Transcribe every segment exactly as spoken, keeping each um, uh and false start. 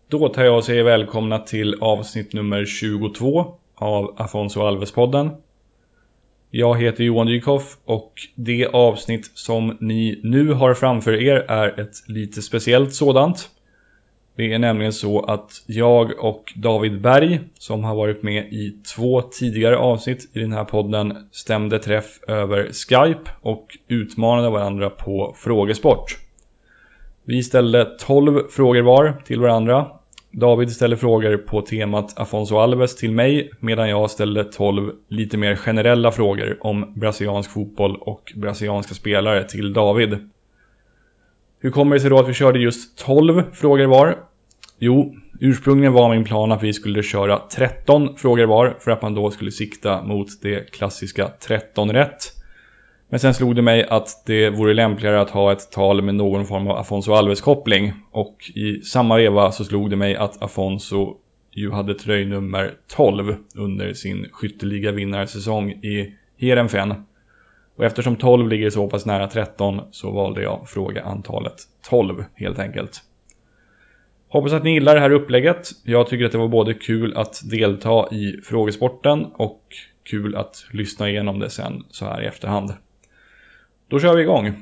Då tar jag och säger välkomna till avsnitt nummer tjugotvå av Afonso Alves-podden. Jag heter Johan Dykhoff och det avsnitt som ni nu har framför er är ett lite speciellt sådant. Det är nämligen så att jag och David Berg, som har varit med i två tidigare avsnitt i den här podden, stämde träff över Skype och utmanade varandra på frågesport. Vi ställde tolv frågor var till varandra. David ställde frågor på temat Afonso Alves till mig, medan jag ställde tolv lite mer generella frågor om brasiliansk fotboll och brasilianska spelare till David. Hur kommer det sig då att vi körde just tolv frågor var? Jo, ursprungligen var min plan att vi skulle köra tretton frågor var för att man då skulle sikta mot det klassiska tretton rätt. Men sen slog det mig att det vore lämpligare att ha ett tal med någon form av Afonso Alves-koppling. Och i samma veva så slog det mig att Afonso ju hade tröjnummer tolv under sin skytteliga vinnarsäsong i Heerenveen. Och eftersom tolv ligger så pass nära tretton så valde jag fråga antalet tolv helt enkelt. Hoppas att ni gillar det här upplägget. Jag tycker att det var både kul att delta i frågesporten och kul att lyssna igenom det sen så här i efterhand. Då kör vi igång.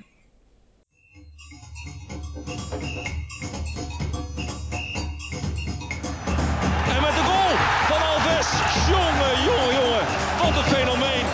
En met de goal van Alves. Jongen, jongen, jongen. Wat een fenomeen.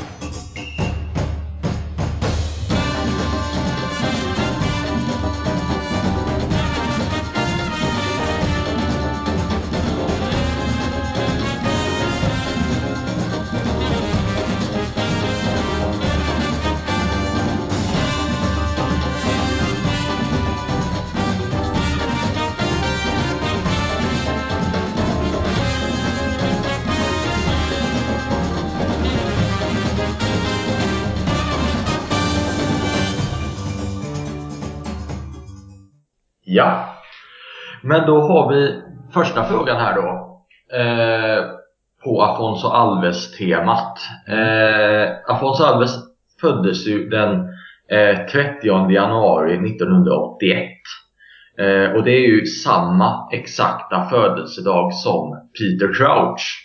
Ja, men då har vi första frågan här då eh, på Afonso Alves-temat. Eh, Afonso Alves föddes ju den eh, trettionde januari nittonhundraåttioett. Eh, och det är ju samma exakta födelsedag som Peter Crouch.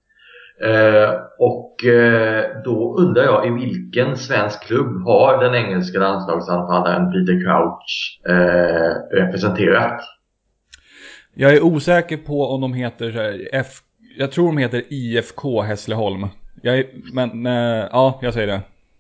Eh, och eh, då undrar jag, i vilken svensk klubb har den engelska landslagsanfallaren Peter Crouch eh, representerat? Jag är osäker på om de heter så här, F... Jag tror de heter I F K Hässleholm. Jag är... Men äh, ja, jag säger det.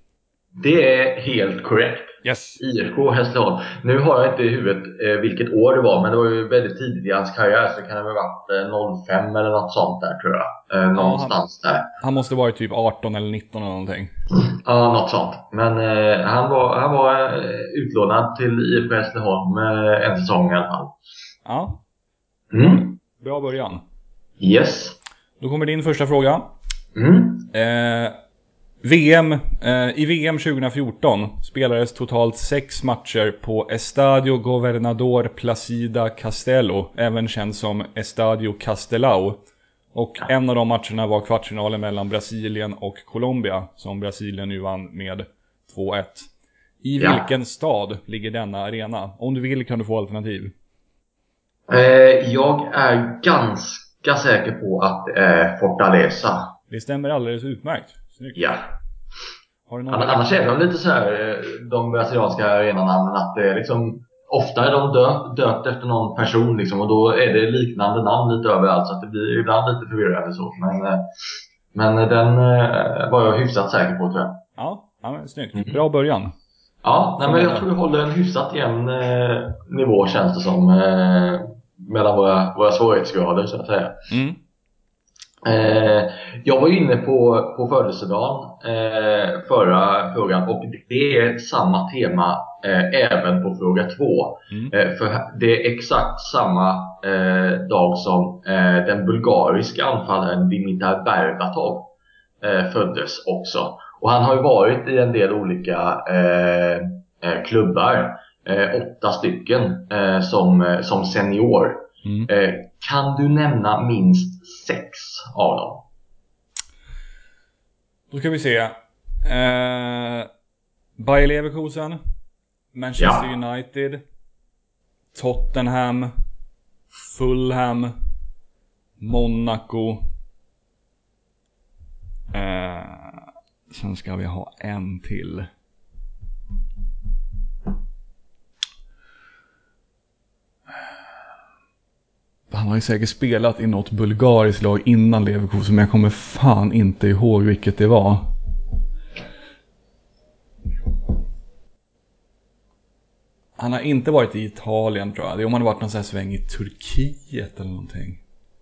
Det är helt korrekt. Yes. I F K Hässleholm. Nu har jag inte i huvudet eh, vilket år det var, men det var ju väldigt tidigt i hans karriär, så det kan det ha varit eh, noll fem eller något sånt där, tror jag. Eh, någonstans ja, han, där. Han måste vara typ arton eller nitton eller någonting. Ja, något sånt. Men eh, han var, han var eh, utlånad till I F K Hässleholm eh, en säsong i alla fall. Ja. Mm. Bra början. Yes. Då kommer din första fråga. Mm. Eh, V M, eh, I V M tjugohundrafjorton spelades totalt sex matcher på Estadio Governador Placida Castello, även känd som Estadio Castelao. Och en av de matcherna var kvartsfinalen mellan Brasilien och Colombia, som Brasilien nu vann med två ett. I Ja. vilken stad ligger denna arena? Om du vill kan du få alternativ. Eh, jag är ganska säker på att det är Fortaleza. Det stämmer alldeles utmärkt. Snyggt. Ja. Har du någon... Annars är de lite så här, de brasilianska arenanamnen, att det är liksom, ofta är de döpt, döpt efter någon person liksom, och då är det liknande namn lite överallt, så att det blir ibland lite förvirrande så. Men, men den var jag hyfsat säker på, tror jag. Ja, ja men snyggt. Mm. Bra början. Ja, nej, men jag tror vi håller en hyfsat jämn eh, nivå, känns det som, eh, mellan våra, våra svårighetsgrader, så att säga. Mm. Eh, jag var inne på, på födelsedagen eh, förra frågan, och det är samma tema eh, även på fråga två. Mm. Eh, för det är exakt samma eh, dag som eh, den bulgariska anfallaren Dimitar Berbatov eh, föddes också. Och han har ju varit i en del olika eh, eh, klubbar, eh, åtta stycken eh, som, som senior. Mm. Eh, kan du nämna minst sex av dem? Då ska vi se. Eh, Bayer Leverkusen, Manchester ja. United, Tottenham, Fulham, Monaco. Eh, sen ska vi ha en till. Han har ju säkert spelat i något bulgariskt lag innan Leverkusen, men jag kommer fan inte ihåg vilket det var. Han har inte varit i Italien, tror jag. Det är om han har varit någon sån här sväng i Turkiet eller någonting.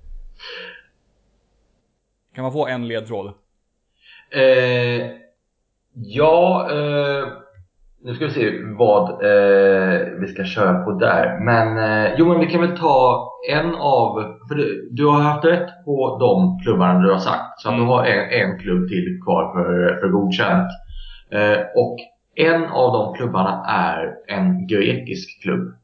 Kan man få en ledtråd? Eh, ja, eh, nu ska vi se vad eh, vi ska köra på där. Men eh, jo, men vi kan väl ta en av, för du, du har haft rätt på de klubbarna du har sagt. Så att Mm. du har en, en klubb till kvar för, för godkänt. Eh, och en av de klubbarna är en grekisk klubb.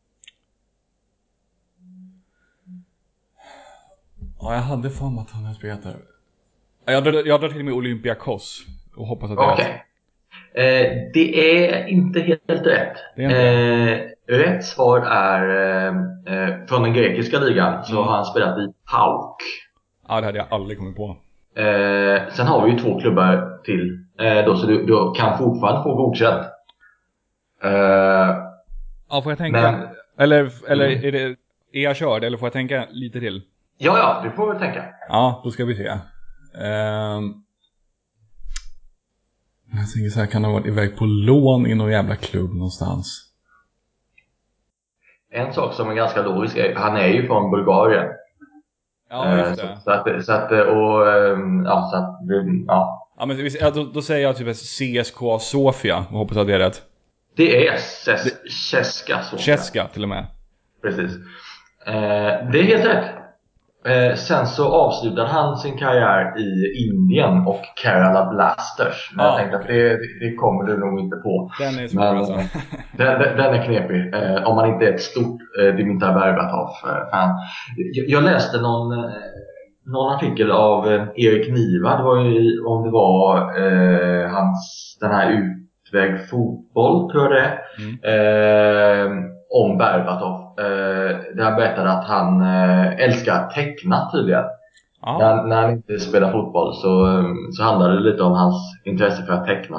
Ja, jag hade fan att han hade spelat där. Jag drar, jag drar till med Olympiakos och hoppas att det är Okej. rätt. Eh, det är inte helt rätt. Det är inte. Eh, rätt svar är eh, från den grekiska ligan. Så Mm. har han spelat i PAOK. Ja, det hade jag aldrig kommit på. Eh, sen har vi ju två klubbar till. Eh, då, så du, du kan fortfarande få godkänt. Eh, Ja, får jag tänka? men, Eller, eller Mm. är, det, är jag körd eller får jag tänka lite till? ja, ja, du får väl tänka. Ja, då ska vi se. Ehm, jag tänker så här, kan han ha varit iväg på lån i någon jävla klubb någonstans? En sak som är ganska logisk är han är ju från Bulgarien. Ja, just Eh, det. så, så att, så att, och, eh, ja, så att, det- ja. Ja, men vi- ja, då, då säger jag typ C S K A Sofia och hoppas att det är rätt. Det är Ces- Ceska Sofia. Ceska till och med. Precis. Eh, det är helt rätt. Eh, sen så avslutade han sin karriär i Indien och Kerala Blasters. Men Ah, jag tänkte okej. att det, det kommer du nog inte på. Den är svår Men, alltså. eh, den, den, den är knepig. Eh, om man inte är ett stort eh, Dimitar Berbatov-fan. Jag, jag läste någon, eh, någon artikel av eh, Erik Niva. Det var ju, om det var eh, hans, den här Utväg fotboll, tror jag det är. Mm. Eh, om Berbatov. Eh, där han berättade att han eh, älskar att teckna tydligen. Ja, När, när han inte spelar fotboll så, eh, så handlar det lite om hans intresse för att teckna.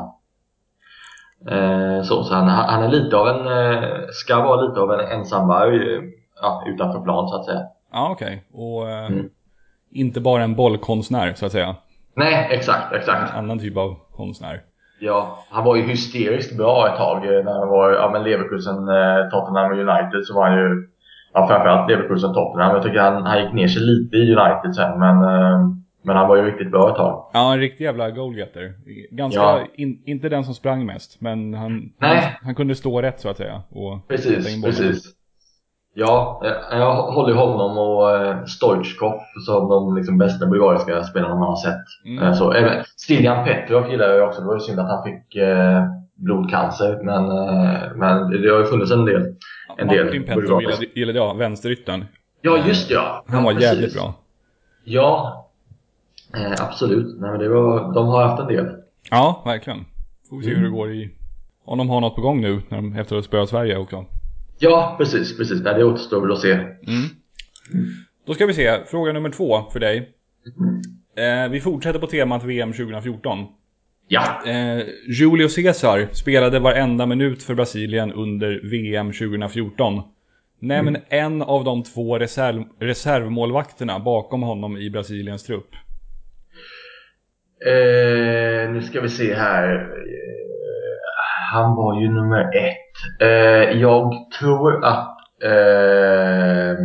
Eh, så så han, han är lite av en, eh, ska vara lite av en ensamvarg eh, ja, utanför plan så att säga. ja okej. Och eh, Mm. inte bara en bollkonstnär så att säga. Nej, exakt, exakt. En annan typ av konstnär. Ja, han var ju hysteriskt bra ett tag eh, när han var ja, men Leverkusen, eh, Tottenham och United, så var han ju ja, framförallt Leverkusen, Tottenham. Jag tycker han, han gick ner sig lite i United sen, men, eh, men han var ju riktigt bra ett tag. Ja, en riktig jävla goalgetter. Ganska, Ja. in, inte den som sprang mest, men han, Nej. han, han kunde stå rätt så att säga. Och sätta Precis, in bollarna. precis. Ja, eh, jag håller honom och eh, Stoichkov som de liksom bästa bulgariska spelarna man har sett. Mm. Eh, så, eh, Stilian Petrov gillar jag också. Det var ju synd att han fick eh, blodcancer, men, eh, men det har ju funnits en del. En del Martin Petrov bulgariska. gillade, gillade jag, vänsteryttern. Ja, just det, ja. Han ja, var precis. jävligt bra. Ja, eh, absolut. Nej, men det var, de har haft en del. Ja, verkligen. Får vi se Mm. hur det går i... Om de har något på gång nu när de, efter att spela Sverige också. Ja, precis, precis. Nej, det återstår väl att se. Mm. Då ska vi se, fråga nummer två för dig. Eh, vi fortsätter på temat V M tjugo fjorton. Ja. Eh, Julio Cesar spelade varenda minut för Brasilien under V M tjugo fjorton. Nämn Mm. en av de två reserv, reservmålvakterna bakom honom i Brasiliens trupp. Eh, nu ska vi se här. Eh, han var ju nummer ett. Eh, jag tror att eh,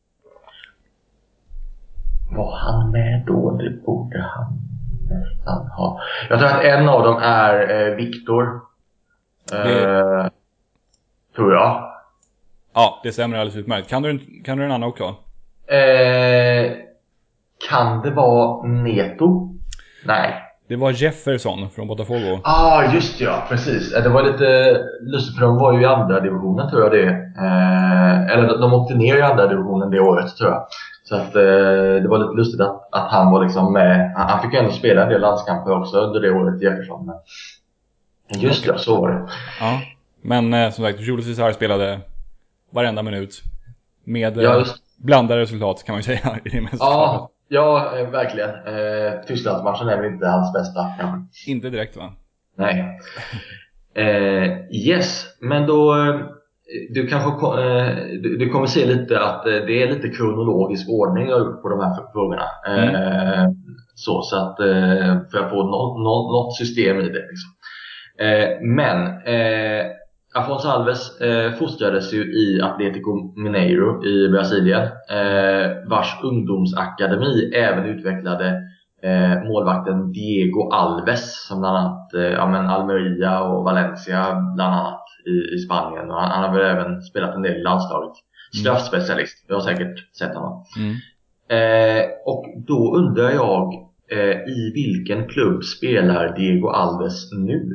var han med då? Det borde han nästan ha. Jag tror att en av dem är eh, Viktor. Eh, Det- Tror jag. Ja, det stämmer alldeles utmärkt. Kan du, en- kan du en annan också? Eh, kan det vara Neto? Nej. Det var Jefferson från Botafogo. Ah, just ja, precis. Det var lite lustigt för de var ju i andra divisionen, tror jag det. Eh, eller de åkte ner i andra divisionen det året, tror jag. Så att eh, det var lite lustigt att, att han var liksom med. Han, han fick ju ändå spela en del landskamper också under det året, Jefferson. Men just Okej. ja, så var det. Ja. Men eh, som sagt, Julio Cesar spelade varenda minut. Med, eh, Ja, just. blandade resultat kan man ju säga i det mästerskapet. Ja, ja eh, verkligen. Eh, Tysklandsmatchen är väl inte hans bästa kanske. Inte direkt va? Nej. Eh, yes, men då eh, du kanske eh, du, du kommer se lite att eh, det är lite kronologisk ordning jag har gjort på de här frågorna. Eh, mm. Så, så att eh, för att få något, något, något system i det liksom. Eh, men eh, Afonso Alves eh, fostrades ju i Atlético Mineiro i Brasilien, eh, vars ungdomsakademi även utvecklade eh, målvakten Diego Alves, som bland annat eh, ja, men Almeria och Valencia bland annat i, i Spanien. Och han, han har väl även spelat en del i landslaget. Straffspecialist, jag har säkert sett honom. Mm. Eh, och då undrar jag, eh, i vilken klubb spelar Diego Alves nu?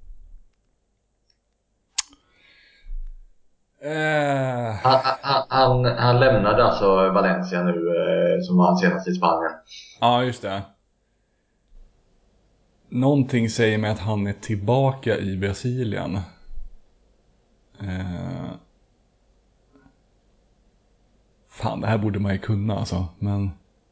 Uh... Han, han, han, han lämnade alltså Valencia nu, eh, som var han senast i Spanien. Ja, just det. Någonting säger mig att han är tillbaka i Brasilien. Uh... Fan, det här borde man ju kunna alltså, men...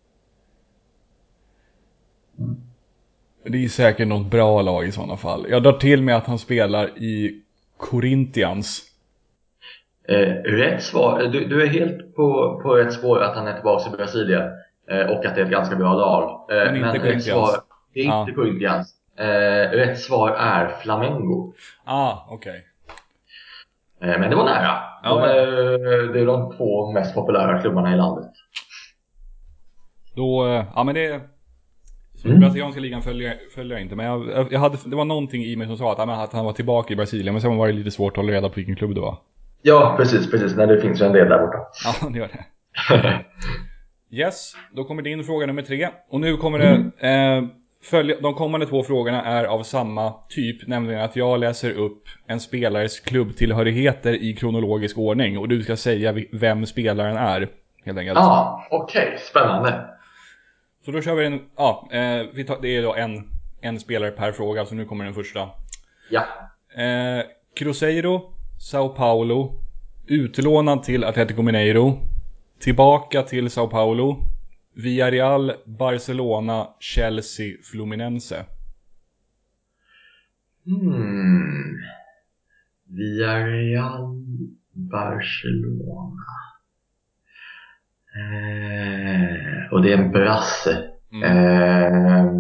Det är säkert något bra lag i sådana fall. Jag drar till med att han spelar i Corinthians. Eh, rätt svar. Du, du är helt på, på rätt spår att han är tillbaka i Brasilien. Eh, och att det är ett ganska bra lag. Eh, men inte men Corinthians. Rätt svar, det är ah. inte Corinthians. Eh, rätt svar är Flamengo. Ah, okej. Okay. Eh, men det var nära. Ja, de ja. är, det är de två mest populära klubbarna i landet. Då, ja men det... Mm. Brasilianska ligan följer, följer jag inte. Men jag, jag hade, det var någonting i mig som sa att, att han var tillbaka i Brasilien. Men sen var det lite svårt att hålla reda på vilken klubb det var. Ja, precis, precis. Nej, det finns ju en del där borta. Ja, det gör det. Yes, då kommer din fråga nummer tre. Och nu kommer det... Mm. Eh, följa, de kommande två frågorna är av samma typ. Nämligen att jag läser upp en spelares klubbtillhörigheter i kronologisk ordning. Och du ska säga vem spelaren är, helt enkelt. Ja, ah, okej. Okay. Spännande. Så då kör vi en... Ja, eh, vi tar, det är då en, en spelare per fråga. Så nu kommer den första. Ja. Eh, Cruzeiro, Sao Paulo, utlånad till Atlético Mineiro, tillbaka till Sao Paulo, Villarreal, Barcelona, Chelsea, Fluminense. Hmm. Villarreal, Barcelona. Eh, och det är en brasse. Mm. Eh,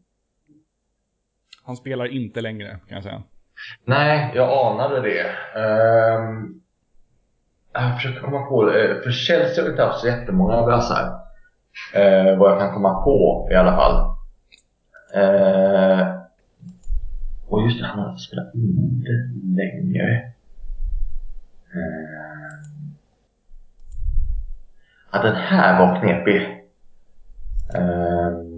Han spelar inte längre, kan jag säga. Nej, jag anade det. Eh, jag försöker komma på det. För Chelsea har inte haft så jättemånga brassar. Eh, vad jag kan komma på i alla fall. Eh, och just det, han har spelat inte längre. Eh, ja, den här var knepig. Eh,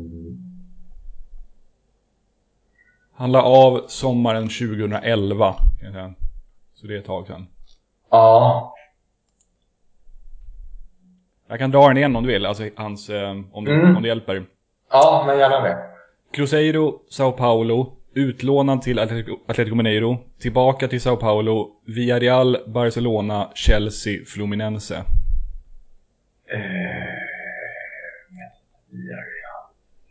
Han la av sommaren tjugoelva, kan jag säga. Så det är ett tag sedan. Ja. Jag kan dra den igen om du vill, alltså hans, eh, om, du, Mm. om det hjälper. Ja, men gärna det. Cruzeiro, Sao Paulo, utlånad till Atletico, Atletico Mineiro, tillbaka till Sao Paulo, Villarreal, Barcelona, Chelsea, Fluminense. Eh, Villarreal.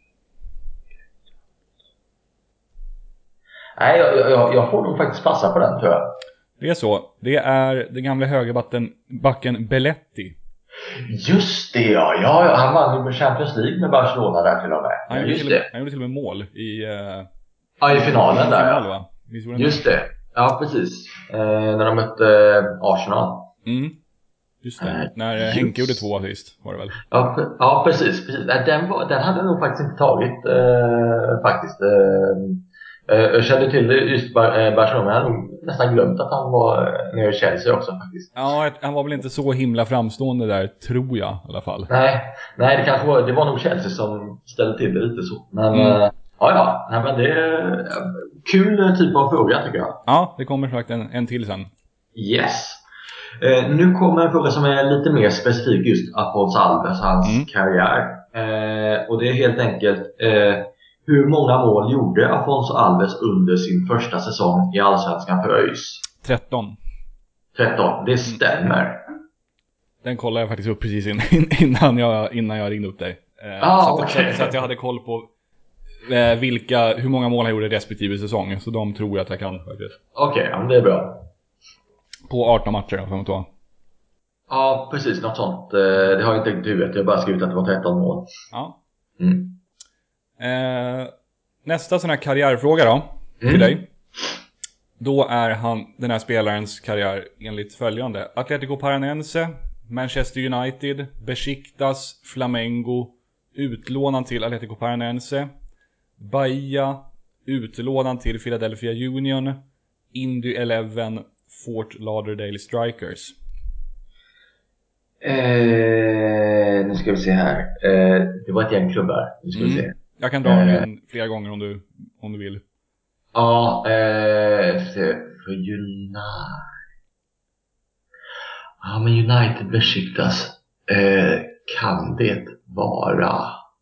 Nej, jag, jag, jag får nog faktiskt passa på den, tror jag. Det är så. Det är den gamla högerbacken backen Belletti. Just det, ja. ja. Han vann ju med Champions League med Barcelona där till och med. Han gjorde, Just till, det. han gjorde till och med mål i... Uh, ja, i finalen i där, final, ja. Va? Just det. Ja, precis. Eh, när de mötte Arsenal. Mm. Just det. Eh, när just. Henke gjorde två assist, var det väl? Ja, pre- ja precis. precis. Den, var, den hade jag nog faktiskt inte tagit, eh, faktiskt. Eh, Jag kände till just Barcelona. Jag har nog nästan glömt att han var nere i Chelsea också faktiskt. Ja, han var väl inte så himla framstående där, tror jag i alla fall. Nej, nej det kanske var, det var nog Chelsea som ställde till det lite så. Men mm. äh, ja, ja, nej, men det är kul typ av fråga tycker jag. Ja, det kommer faktiskt en, en till sen. Yes. Eh, nu kommer en fråga som är lite mer specifik just Afonso Alves, hans mm. karriär. Eh, och det är helt enkelt... Eh, Hur många mål gjorde Afonso Alves under sin första säsong i Allsvenskan för ÖIS? tretton. tretton, det stämmer. den kollade jag faktiskt upp precis in, innan, jag, innan jag ringde upp dig. Eh, ah, så, att, okay. så, så att jag hade koll på eh, vilka, hur många mål han gjorde respektive säsong. Så de tror jag att jag kan faktiskt. Okej, okay, det är bra. På arton matcher, fem och två. Ja, precis, något sånt. Det har jag inte riktigt huvudet. Jag bara skrivit att det var tretton mål. Ja. Mm. Eh, nästa sån här karriärfråga då, till mm. dig. Då är han, den här spelarens karriär enligt följande: Atlético Paranense, Manchester United, Besiktas, Flamengo, utlånad till Atlético Paranense, Bahia, utlånad till Philadelphia Union, Indy eleven, Fort Lauderdale Strikers. Eh, nu ska vi se här. Eh, det var ett gäng klubbar. Nu ska mm. vi se. Jag kan dra eh. den flera gånger om du, om du vill. Ja, eh, för United. Ja, men United Besiktas. Eh, kan det vara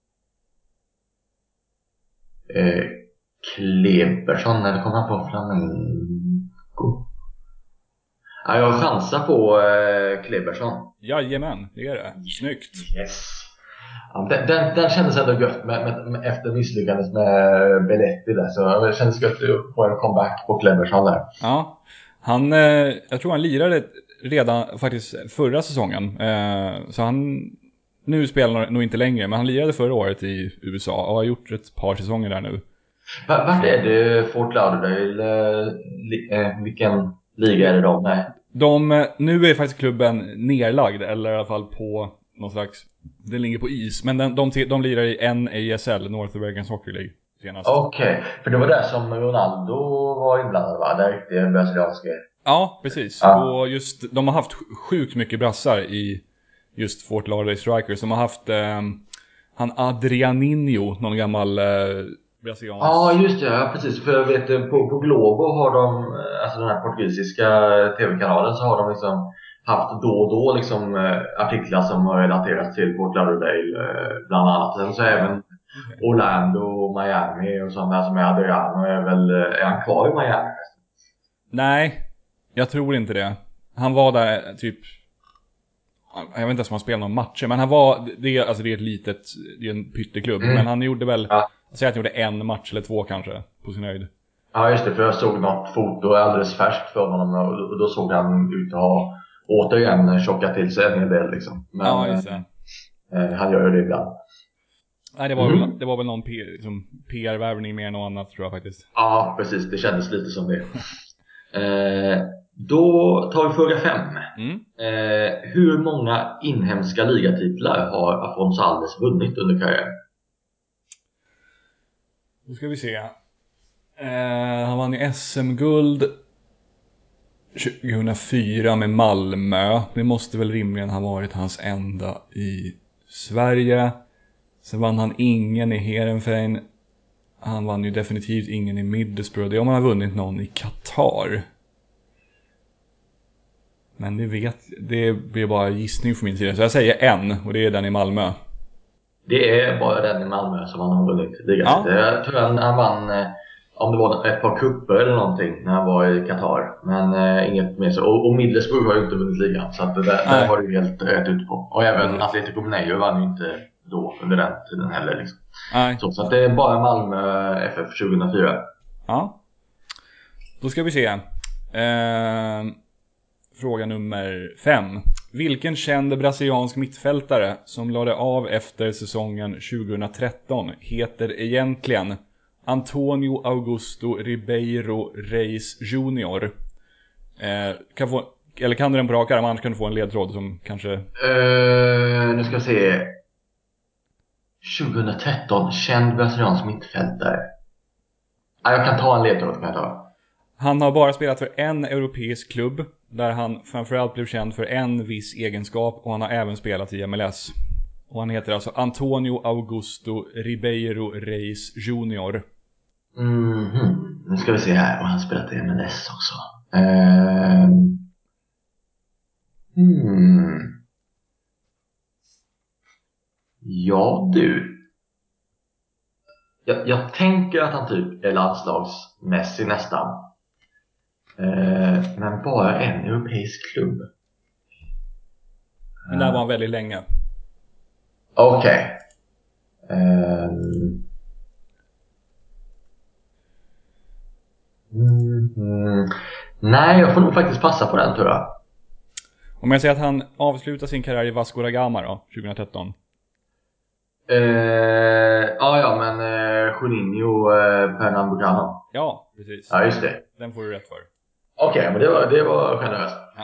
eh, Kleberson, eller kommer han på Flamengo? Ja, jag chansar på eh, Kleberson. Jajamän, det är det. Snyggt. Yes. Ja, den, den, den kändes ändå gött med, med, med, efter misslyckandet med Belletti där. Så det kändes gött att få en comeback på Kleberson där. Ja, han, eh, jag tror han lirade redan faktiskt förra säsongen. Eh, så han, nu spelar han nog inte längre, men han lirade förra året i U S A och har gjort ett par säsonger där nu. Vart är det Fort Lauderdale? Eh, vilken liga är det de? Nej. De, nu är faktiskt klubben nerlagd, eller i alla fall på någon slags, den ligger på is. Men den, de, de lirar i N A S L, North American Soccer League, senast. Okej, okay. För det var där som Ronaldo var inblandad, va? Där gick det brasilianska. Ja, precis. Ja. Och just, de har haft sjukt mycket brassar i just Fort Lauderdale Strikers. De har haft eh, han Adrianinho, någon gammal eh, brasiliansk. Ja, just det, ja, precis. För jag vet, på, på Globo har de, alltså den här portugisiska tv-kanalen, så har de liksom haft då och då liksom artiklar som har relaterats till Fort Lauderdale bland annat. Sen så är även okay. Orlando och Miami och sånt där som är Adriano, är väl, är han kvar i Miami? Nej, jag tror inte det. Han var där typ, jag vet inte ens om han spelade någon matcher, men han var, det, alltså det är ett litet, det är en pytteklubb, mm. men han gjorde väl, ja. Säg att han gjorde en match eller två kanske på sin höjd. Ja, just det, för jag såg något foto alldeles färskt för honom och då såg han ut att ha återigen tjockat till sig en del liksom. Men ja, just det. Eh, han gör ju det ibland. Nej, det var, mm. väl, det var väl någon P, liksom, P R-värvning mer än något annat, tror jag faktiskt. Ja, precis, det kändes lite som det. eh, Då tar vi fråga fem. Mm. Eh, hur många inhemska ligatitlar har Afonso Alves vunnit under karriären? Nu ska vi se. Eh, han vann ju S M-guld tjugohundrafyra med Malmö. Det måste väl rimligen ha varit hans enda i Sverige. Sen vann han ingen i Heerenveen. Han vann ju definitivt ingen i Middlesbrough. Det är om han har vunnit någon i Qatar. Men det vet, det blir bara gissning från min sida. Så jag säger en, och det är den i Malmö. Det är bara den i Malmö som han har vunnit. Ja. Jag tror han, han vann, om det var ett par kupper eller någonting, när han var i Qatar. Men äh, inget mer så. Och, och Middlesbrough har ju inte vunnit ligan. Så att det där, där har du helt rätt ut på. Och även mm. Atletico Mineiro vann ju inte då under den tiden heller liksom. Så, så att det är bara Malmö F F tjugohundrafyra. Ja. Då ska vi se. Eh, fråga nummer fem. Vilken känd brasiliansk mittfältare som lade av efter säsongen tjugohundratretton heter egentligen Antonio Augusto Ribeiro Reis junior? Eh, kan få, eller kan du den på rak arm, annars kan du få en ledtråd som kanske... Uh, nu ska vi se. tjugohundratretton, känd brasiliansk mittfältare. Ah, jag kan ta en ledtråd, kan jag ta. Han har bara spelat för en europeisk klubb, där han framförallt blev känd för en viss egenskap, och han har även spelat i M L S. Och han heter alltså Antonio Augusto Ribeiro Reis junior. Mhm. Nu ska vi se här, och han spelat i M L S också. Uh... Hmm. Ja, du. Jag, jag tänker att han typ är landslagsmässig nästan. Eh, men bara en europeisk klubb. Men där var han väldigt länge. Okej. Okay. Um... Mm, mm. Nej, jag får nog faktiskt passa på den, tror jag. Om jag säger att han avslutar sin karriär i Vasco da Gama då, tjugohundratretton. Eh, ja, ja, men eh, Juninho eh, Pernambucano. Ja, precis. Ja, just det. Den får du rätt för. Okej, okay, men det var, det var generöst. Ja.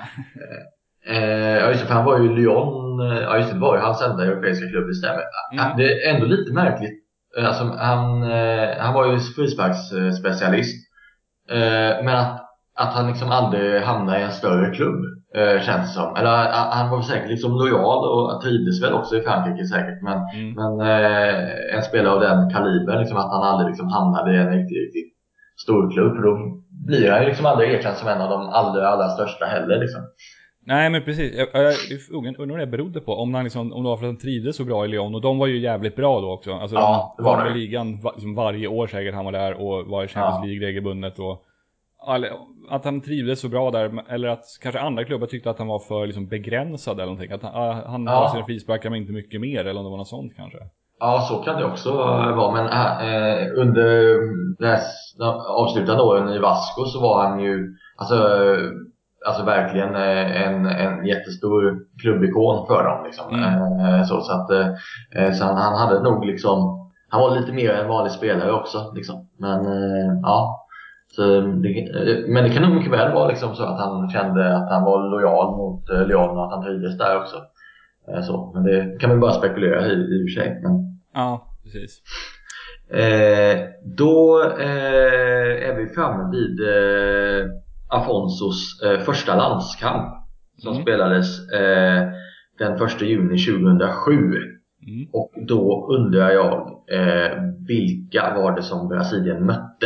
Eh, ja, just det, för han var ju Lyon. Ja, just det, det var ju hans enda europeiska klubb, det stämmer. Mm. Det är ändå lite märkligt. Alltså, han, eh, han var ju frisparksspecialist. Eh, men att, att han liksom aldrig hamnade i en större klubb, eh, känns det som. Eller han var säkert liksom lojal och trivdes väl också i Frankrike säkert. Men, mm. men eh, en spelare av den kalibern, liksom, att han aldrig liksom hamnade i en riktigt, riktigt stor klubb. För då blir han ju liksom aldrig erkänd som en av de allra, allra största heller liksom. Nej, men precis. Jag, jag, jag undrar vad det berodde på. Om, han liksom, om det var för att han trivdes så bra i Lyon. Och de var ju jävligt bra då också. Alltså ja, de var i ligan liksom varje år säkert han var där. Och var i Champions ja. League regelbundet. Och att han trivdes så bra där. Eller att kanske andra klubbar tyckte att han var för liksom begränsad eller någonting. Att han, han ja. har sina frisparkar men inte mycket mer. Eller om det var något sånt kanske. Ja, så kan det också vara. Men äh, under det avslutande åren i Vasco så var han ju alltså, alltså verkligen en, en jättestor klubbikon för dem liksom. Mm. Så, så, att, så han, han hade nog liksom, han var lite mer en vanlig spelare också liksom. Men ja, så det, men det kan nog mycket väl vara liksom så att han kände att han var lojal mot Lyon och att han trivdes där också. Så, men det kan man bara spekulera i, i och för sig. Men... Ja, precis. Eh, då eh, är vi framme vid eh, Afonsos eh, första landskamp som mm. spelades eh, den första juni tjugohundrasju. Mm. Och då undrar jag eh, vilka var det som Brasilien mötte?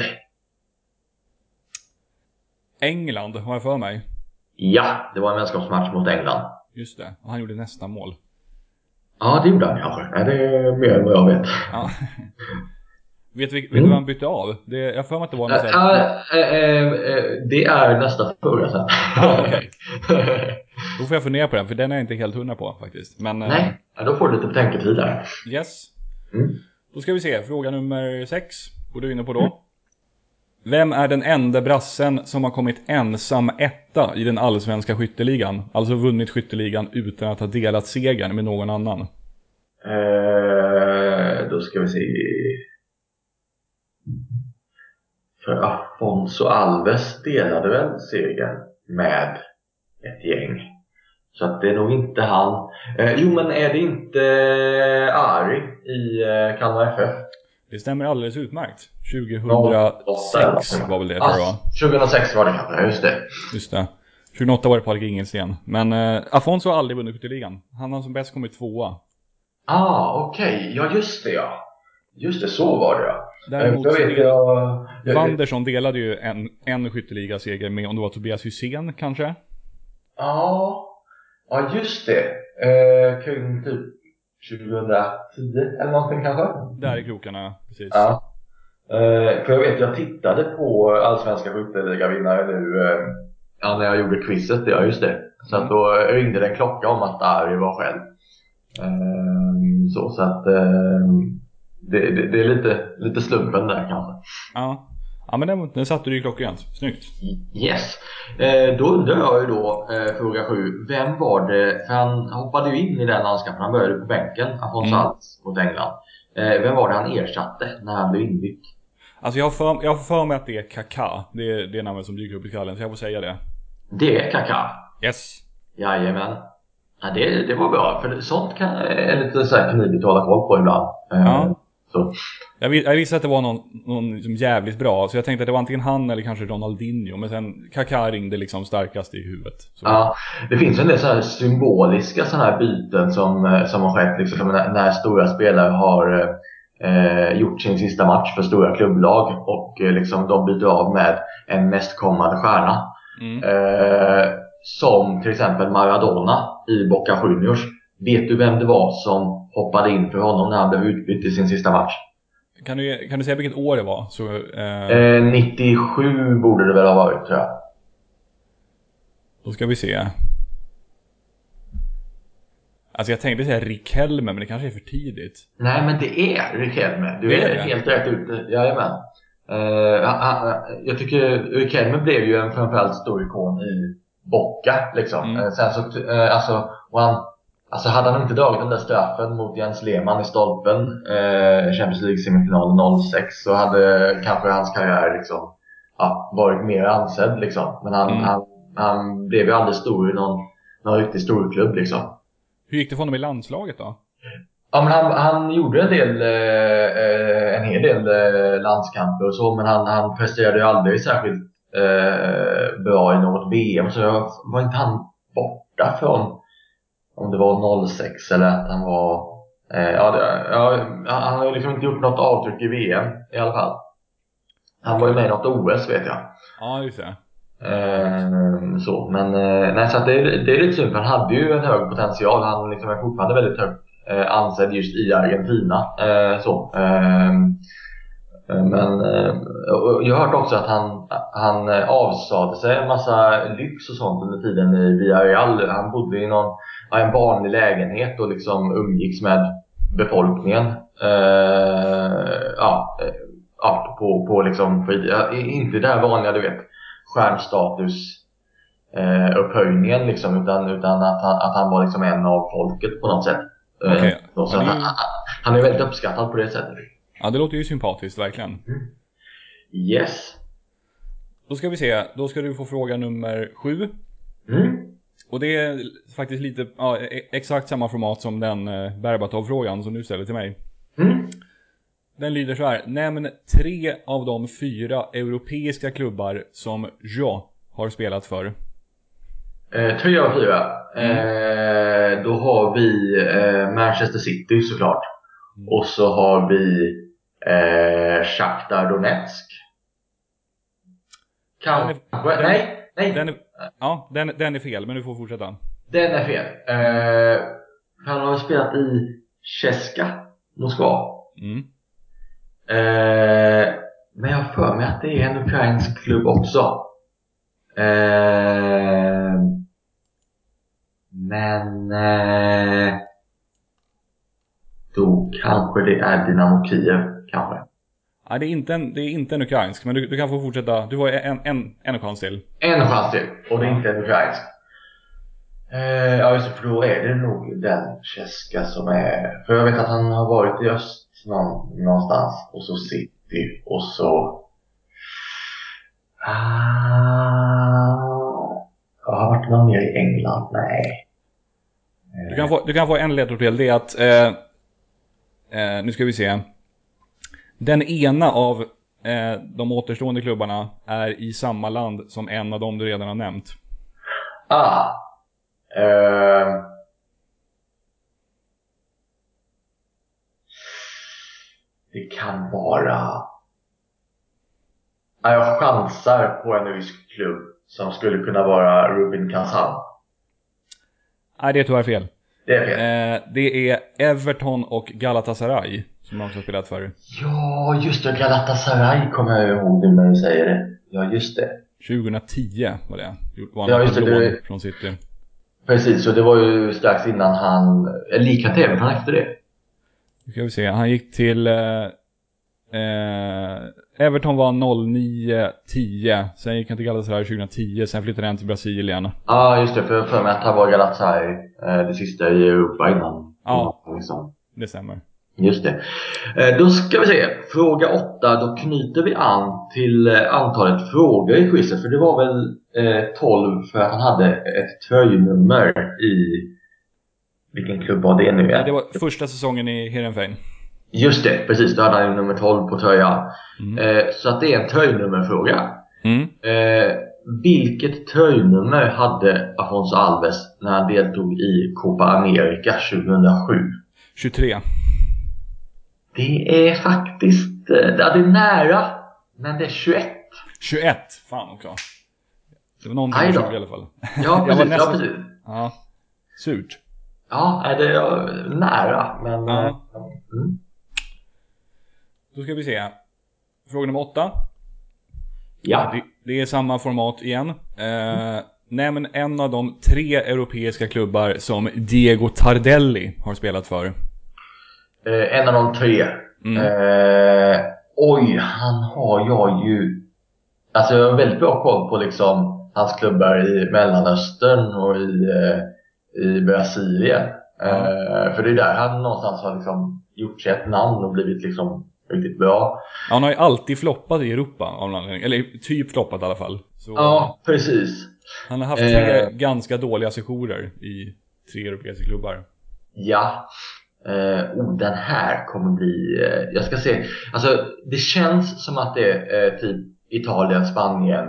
England har jag för mig. Ja, det var en vänskapsmatch mot England. Just det, och han gjorde nästa mål. Ja, det gjorde han kanske. Ja, det är mer än vad jag vet. Ja. Vet du mm. vad han bytte av? Det, jag får mig att det var något äh, äh, äh, det är nästa fråga sen. Ja, okej. Då får jag fundera på den, för den är jag inte helt hundra på faktiskt. Men, nej, äh, då får du lite betänketid där. Yes. Mm. Då ska vi se, fråga nummer sex. Går du inne på då? Mm. Vem är den enda brassen som har kommit ensam etta i den allsvenska skytteligan? Alltså vunnit skytteligan utan att ha delat segern med någon annan. Eh, då ska vi se. För Afonso Alves delade väl segern med ett gäng. Så att det är nog inte han. Eh, jo, men är det inte Ari i eh, Kalmar F F? Det stämmer alldeles utmärkt. tjugohundrasex var väl det, tror jag. tjugohundrasex var det kanske, just det. Just det. tjugohundraåtta var det Patrik Ingelsten. Men eh, Afonso har aldrig vunnit skytteligan. Han har som bäst kommit tvåa. Ah, okej. Okay. Ja, just det, ja. Just det, så var det, ja. Däremot så del... jag... Wanderson delade ju en, en skytteliga-seger med, om det var Tobias Hysén, kanske? Ja, ja just det. Eh, kring typ tjugohundratio eller någonting kanske? Där är krokarna, precis. Ja. Eh, för jag vet, jag tittade på allsvenska skytteliga-vinnare nu eh, ja, när jag gjorde quizet, ja just det. Så mm. att då ringde det en klocka om att Ari var själv. Eh, så, så att eh, det, det, det är lite, lite slumpen där kanske. Ja. Ja, men den, den satte du i klockan. Snyggt. Yes. Eh, då undrar jag ju då, eh, fråga sju. Vem var det, för han hoppade ju in i den landskampen. Han började på bänken, Afonso mm. Alves mot England. Eh, vem var det han ersatte när han blev inbytt? Alltså jag har för, jag har för mig att det är Kaká. Det är det namnet som dyker upp i skallen, så jag får säga det. Det är Kaká? Yes. Jajamän. Ja, det, det var bra, för sånt kan, är lite så här knivigt att hålla koll på ibland. Eh, ja. Så. Jag, vis, jag visste att det var någon, någon liksom jävligt bra. Så jag tänkte att det var antingen han eller kanske Ronaldinho. Men sen Kaká ringde liksom starkast i huvudet. Så. Ja, det finns en del så här symboliska såna här byten som, som har skett liksom, när, när stora spelare har eh, gjort sin sista match för stora klubblag. Och eh, liksom, de byter av med en nästkommande stjärna. Mm. eh, Som till exempel Maradona i Boca Juniors. Vet du vem det var som hoppade in för honom när han blev utbytt i sin sista match? Kan du, kan du säga vilket år det var? Så, eh... Eh, nittiosju borde det väl ha varit, tror jag. Då ska vi se. Alltså jag tänkte säga Riquelme, men det kanske är för tidigt. Nej, men det är Riquelme. Du det är, är det. helt rätt ute. Jajamän. Uh, jag tycker Riquelme blev ju en framförallt stor ikon i Boca liksom. Mm. Uh, sen så, uh, alltså, och han, alltså hade han inte dragit den där straffen mot Jens Lehmann i stolpen uh, Champions League semifinalen noll sex, så hade kanske hans karriär liksom, ja, varit mer ansedd liksom. Men han, mm. han, han blev ju aldrig stor i någon, någon riktigt stor klubb liksom. Hur gick det för honom i landslaget då? Ja, men han, han gjorde en del eh, en hel del eh, landskamper och så, men han, han presterade ju aldrig särskilt eh, bra i något V M, så jag, var inte han borta från, om det var noll sex eller att han var eh, ja, det, ja, han har ju liksom inte gjort något avtryck i V M i alla fall. Han var ju med i något O S, vet jag. Ja, just det. Eh, så, men eh, nej, så att det, det är lite synd, för han hade ju en hög potential. Han liksom är fortfarande väldigt hög eh, ansedd just i Argentina, eh, så eh, men eh, jag har hört också att han, han avsade sig en massa lyx och sånt under tiden i Villarreal. Han bodde i någon, en vanlig lägenhet och liksom umgicks med befolkningen, eh, ja, ja, på, på liksom inte det här vanliga, du vet, stjärnstatus eh, upphöjningen liksom, utan, utan att, han, att han var liksom en av folket på något sätt. Okay. Eh, så är ju... han, han är väldigt uppskattad på det sättet. Ja, det låter ju sympatiskt, verkligen. Mm. Yes. Då ska vi se, då ska du få fråga nummer sju. Mm. Och det är faktiskt lite, ja, exakt samma format som den eh, Berbatov-frågan som du ställer till mig. Mm. Den lyder så här: nämn tre av de fyra europeiska klubbar som jag har spelat för. Eh, tre av fyra. Mm. Eh, då har vi eh, Manchester City såklart. Mm. Och så har vi eh, Shakhtar Donetsk. Kanske. Nej, nej. Den är, ja, den, den är fel, men du får fortsätta. Den är fel. Eh, han har spelat i Cheska, Moskva. Mm. Eh, men jag har för mig att det är en ukrainsk klubb också. Eh, men eh, då kanske det är Dynamo Kiev, kanske. Nej, det är inte en, det är inte en ukrainsk, men du, du kan få fortsätta. Du har en, en, en chans till. En chans till, och det är inte en ukrainsk. Eh, ja, just det, för då är det nog den Cheska som är... För jag vet att han har varit i öst någon, någonstans, och så City, och så... Ah, jag har varit någon mer i England, nej. Du kan få, du kan få en ledtråd till, det är att... Eh, eh, nu ska vi se. Den ena av eh, de återstående klubbarna är i samma land som en av dem du redan har nämnt. Ah. Uh, det kan vara... Jag chansar på en rysk klubb som skulle kunna vara Rubin Kazan. Nej, det är tyvärr fel. Det är fel. Eh, det är Everton och Galatasaray som jag också har spelat för. Ja, just det. Galatasaray kommer jag ihåg nu när du säger det. Ja, just det. tjugohundratio var det. Var ja, just det. Du... från City. Precis, så det var ju strax innan han... Lika till Everton efter det. Nu ska vi se. Han gick till... Eh, eh, Everton var noll nio tio. Sen gick han till Galatasaray tjugohundratio. Sen flyttade han till Brasilien. Ja, ah, just det. För, för mig att han var Galatasaray eh, det sista i Europa innan. Ja, liksom. Det stämmer. Just det. Eh, då ska vi se. Fråga åtta. Då knyter vi an till eh, antalet frågor i quizet. För det var väl eh, tolv för att han hade ett tröjnummer i... Vilken klubb var det nu? Ja, det var första säsongen i Heerenveen. Just det, precis. Då hade han ju nummer tolv på tröjan. Mm. Eh, så att det är en tröjnummerfråga. Mm. Eh, vilket tröjnummer hade Afonso Alves när han deltog i Copa America tjugohundrasju? tjugotre. Det är faktiskt... Eh, det är nära, men det är tjugoett. tjugoett? Fan också. Det var någonting tjugo i alla fall. Ja, precis. nästan... ja, precis. Ja, surt. Ja, det är nära, men... Ja. Mm. Då ska vi se. Fråga nummer åtta. Ja. Det, det är samma format igen. Eh, Nej, men en av de tre europeiska klubbar som Diego Tardelli har spelat för. Eh, en av de tre. Mm. Eh, oj, han har jag ju... Alltså jag har väldigt bra koll på liksom hans klubbar i Mellanöstern och i, eh, i Brasilien. Mm. Eh, för det är där han någonstans har liksom gjort sig ett namn och blivit liksom riktigt bra. Han har ju alltid floppat i Europa av någon anledning. Eller typ floppat i alla fall. Så, ja, precis. Han har haft tre eh, ganska dåliga sessioner i tre europeiska klubbar. Ja. Eh, oh, den här kommer bli... Eh, jag ska se. Alltså, det känns som att det är eh, typ Italien, Spanien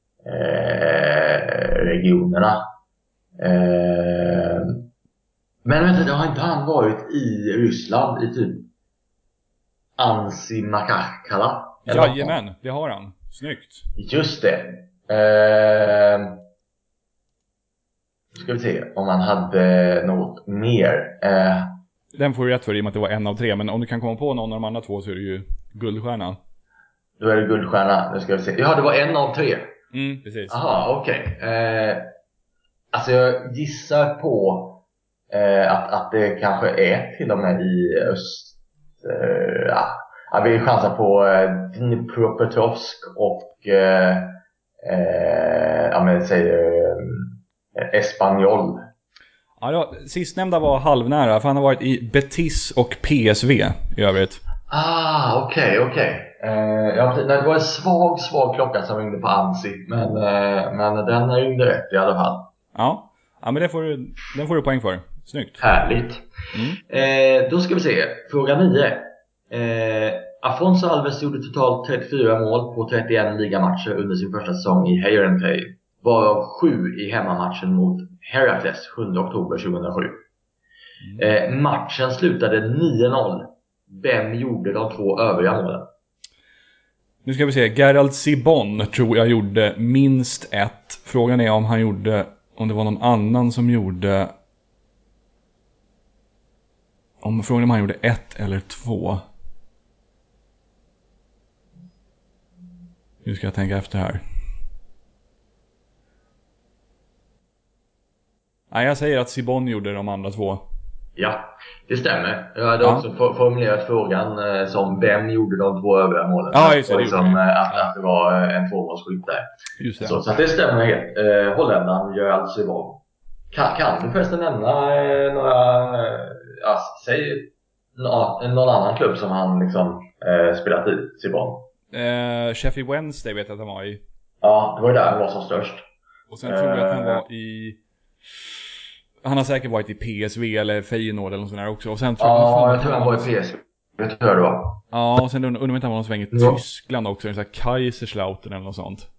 eh, regionerna. Eh, men vänta, det har inte han varit i Ryssland i typ Ansi Makakala? Jajamän, det har han. Snyggt. Just det. Eh, ska vi se om han hade något mer. Eh, Den får du rätt för i och med att det var en av tre. Men om du kan komma på någon av de andra två så är det ju guldstjärna. Då är det guldstjärna. Nu ska vi se. Ja, det var en av tre. Mm, precis. Aha, okej. Okay. Eh, alltså jag gissar på eh, att, att det kanske är till och med i öst. Eh, ja. Jag vill chansa på eh, Dnipropetrovsk och eh, eh, ja, men säger eh, Espanyol. Ja, då, sistnämnda var halvnära för han har varit i Betis och P S V i övrigt. Ah, okej, okay, okej. Okay. Eh, ja, det var en svag, svag klocka som ringde på Ansi, men, eh, men den ringde rätt i alla fall. Ja, ja men det får du, den får du poäng för. Snyggt. Härligt. Mm. Eh, då ska vi se. Fråga nio. Eh, Afonso Alves gjorde totalt trettiofyra mål på trettioen ligamatcher under sin första säsong i Heirenthal, varav sju i hemmamatchen mot Heracles sjunde oktober tjugohundrasju. Mm. Eh, matchen slutade nio noll. Vem gjorde de två övriga målen? Nu ska vi se. Gerald Sibon tror jag gjorde minst ett. Frågan är om han gjorde, om det var någon annan som gjorde, om frågan är om han gjorde ett eller två. Nu ska jag tänka efter här. Nej, jag säger att Sibon gjorde de andra två. Ja, det stämmer. Jag hade ja. också formulerat frågan eh, som vem gjorde de två övriga målen. Ja, just det. Och liksom, eh, att, att det var en tvåmålsskytt där. Just det. Så, så att det stämmer helt. Eh, Holländaren gör alltså Sibon. Kan, kan du förresten nämna eh, några, eh, ja, säg no, någon annan klubb som han liksom eh, spelat i, Sibon? Eh, Sheffield Wednesday vet jag att han var i. Ja, det var ju där han var som störst. Och sen tror jag att han var i... Han har säkert varit i P S V eller Feyenoord eller något sånt där också. Och sen tror ja, jag, fan, jag tror han var i P S V. Det tror jag det var. Ja, och sen undrar jag inte om han svänger i ja. Tyskland också. En sån här Kaiserslautern eller något sånt.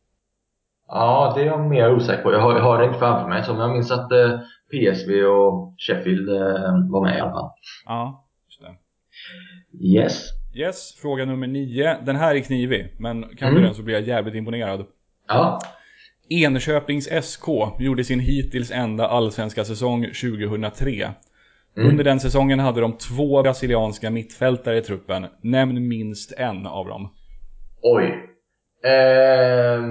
Ja, det är jag mer osäker på. Jag har, jag har det inte framför mig. Så jag minns att eh, P S V och Sheffield eh, var med i alla fall. Ja, just det. Yes. Yes, fråga nummer nio. Den här är knivig, men kan mm. du den så blir jag jävligt imponerad. Ja. Enköpings S K gjorde sin hittills enda allsvenska säsong tjugohundratre. Mm. Under den säsongen hade de två brasilianska mittfältare i truppen. Nämn minst en av dem. Oj. Eh...